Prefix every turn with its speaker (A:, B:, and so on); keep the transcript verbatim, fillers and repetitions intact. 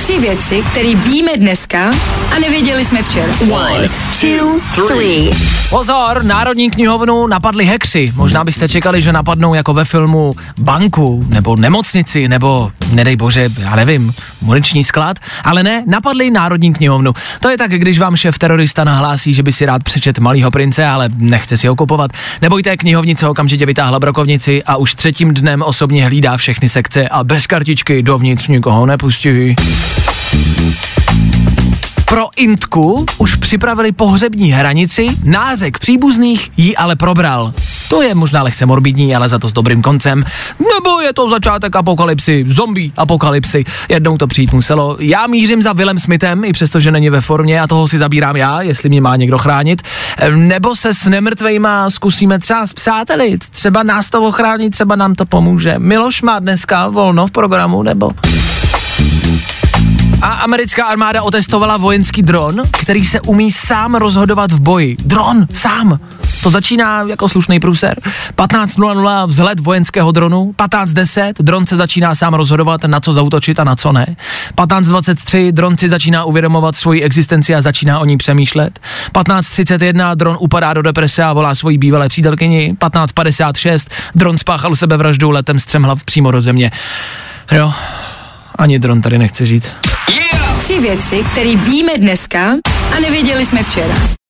A: Tři věci, které víme dneska a nevěděli jsme včera. One, two, three.
B: Pozor, Národní knihovnu napadli hekři. Možná byste čekali, že napadnou jako ve filmu banku, nebo nemocnici, nebo, nedej bože, já nevím, muniční sklad, ale ne, napadli Národní knihovnu. To je tak, když vám šéf terorista nahlásí, že by si rád přečet Malýho prince, ale nechce si ho kupovat. Nebojte, knihovnice okamžitě vytáhla brokovnici a už třetím dnem osobně hlídá všechny sekce a bez kartičky dovnitř nikoho nepustí. Pro Intku už připravili pohřební hranici, nářek příbuzných jí ale probral. To je možná lehce morbidní, ale za to s dobrým koncem. Nebo je to začátek apokalypsy, zombie apokalypsy. Jednou to přijít muselo. Já mířím za Willem Smithem, i přesto, že není ve formě, a toho si zabírám já, jestli mě má někdo chránit. Nebo se s nemrtvejma zkusíme třeba spřátelit. Třeba nás to ochrání, třeba nám to pomůže. Miloš má dneska volno v programu, nebo... A americká armáda otestovala vojenský dron, který se umí sám rozhodovat v boji. Dron, sám. To začíná jako slušný průser. patnáct nula nula vzhled vojenského dronu, patnáct deset dron se začíná sám rozhodovat, na co zaútočit a na co ne. patnáct dvacet tři dron si začíná uvědomovat svoji existenci a začíná o ní přemýšlet. patnáct třicet jedna dron upadá do deprese a volá svoji bývalé přítelkyni. patnáct padesát šest dron spáchal sebevraždu letem střemhlav přímo do země. Jo, ani dron tady nechce žít.
A: Tři věci, které víme dneska a nevěděli jsme včera.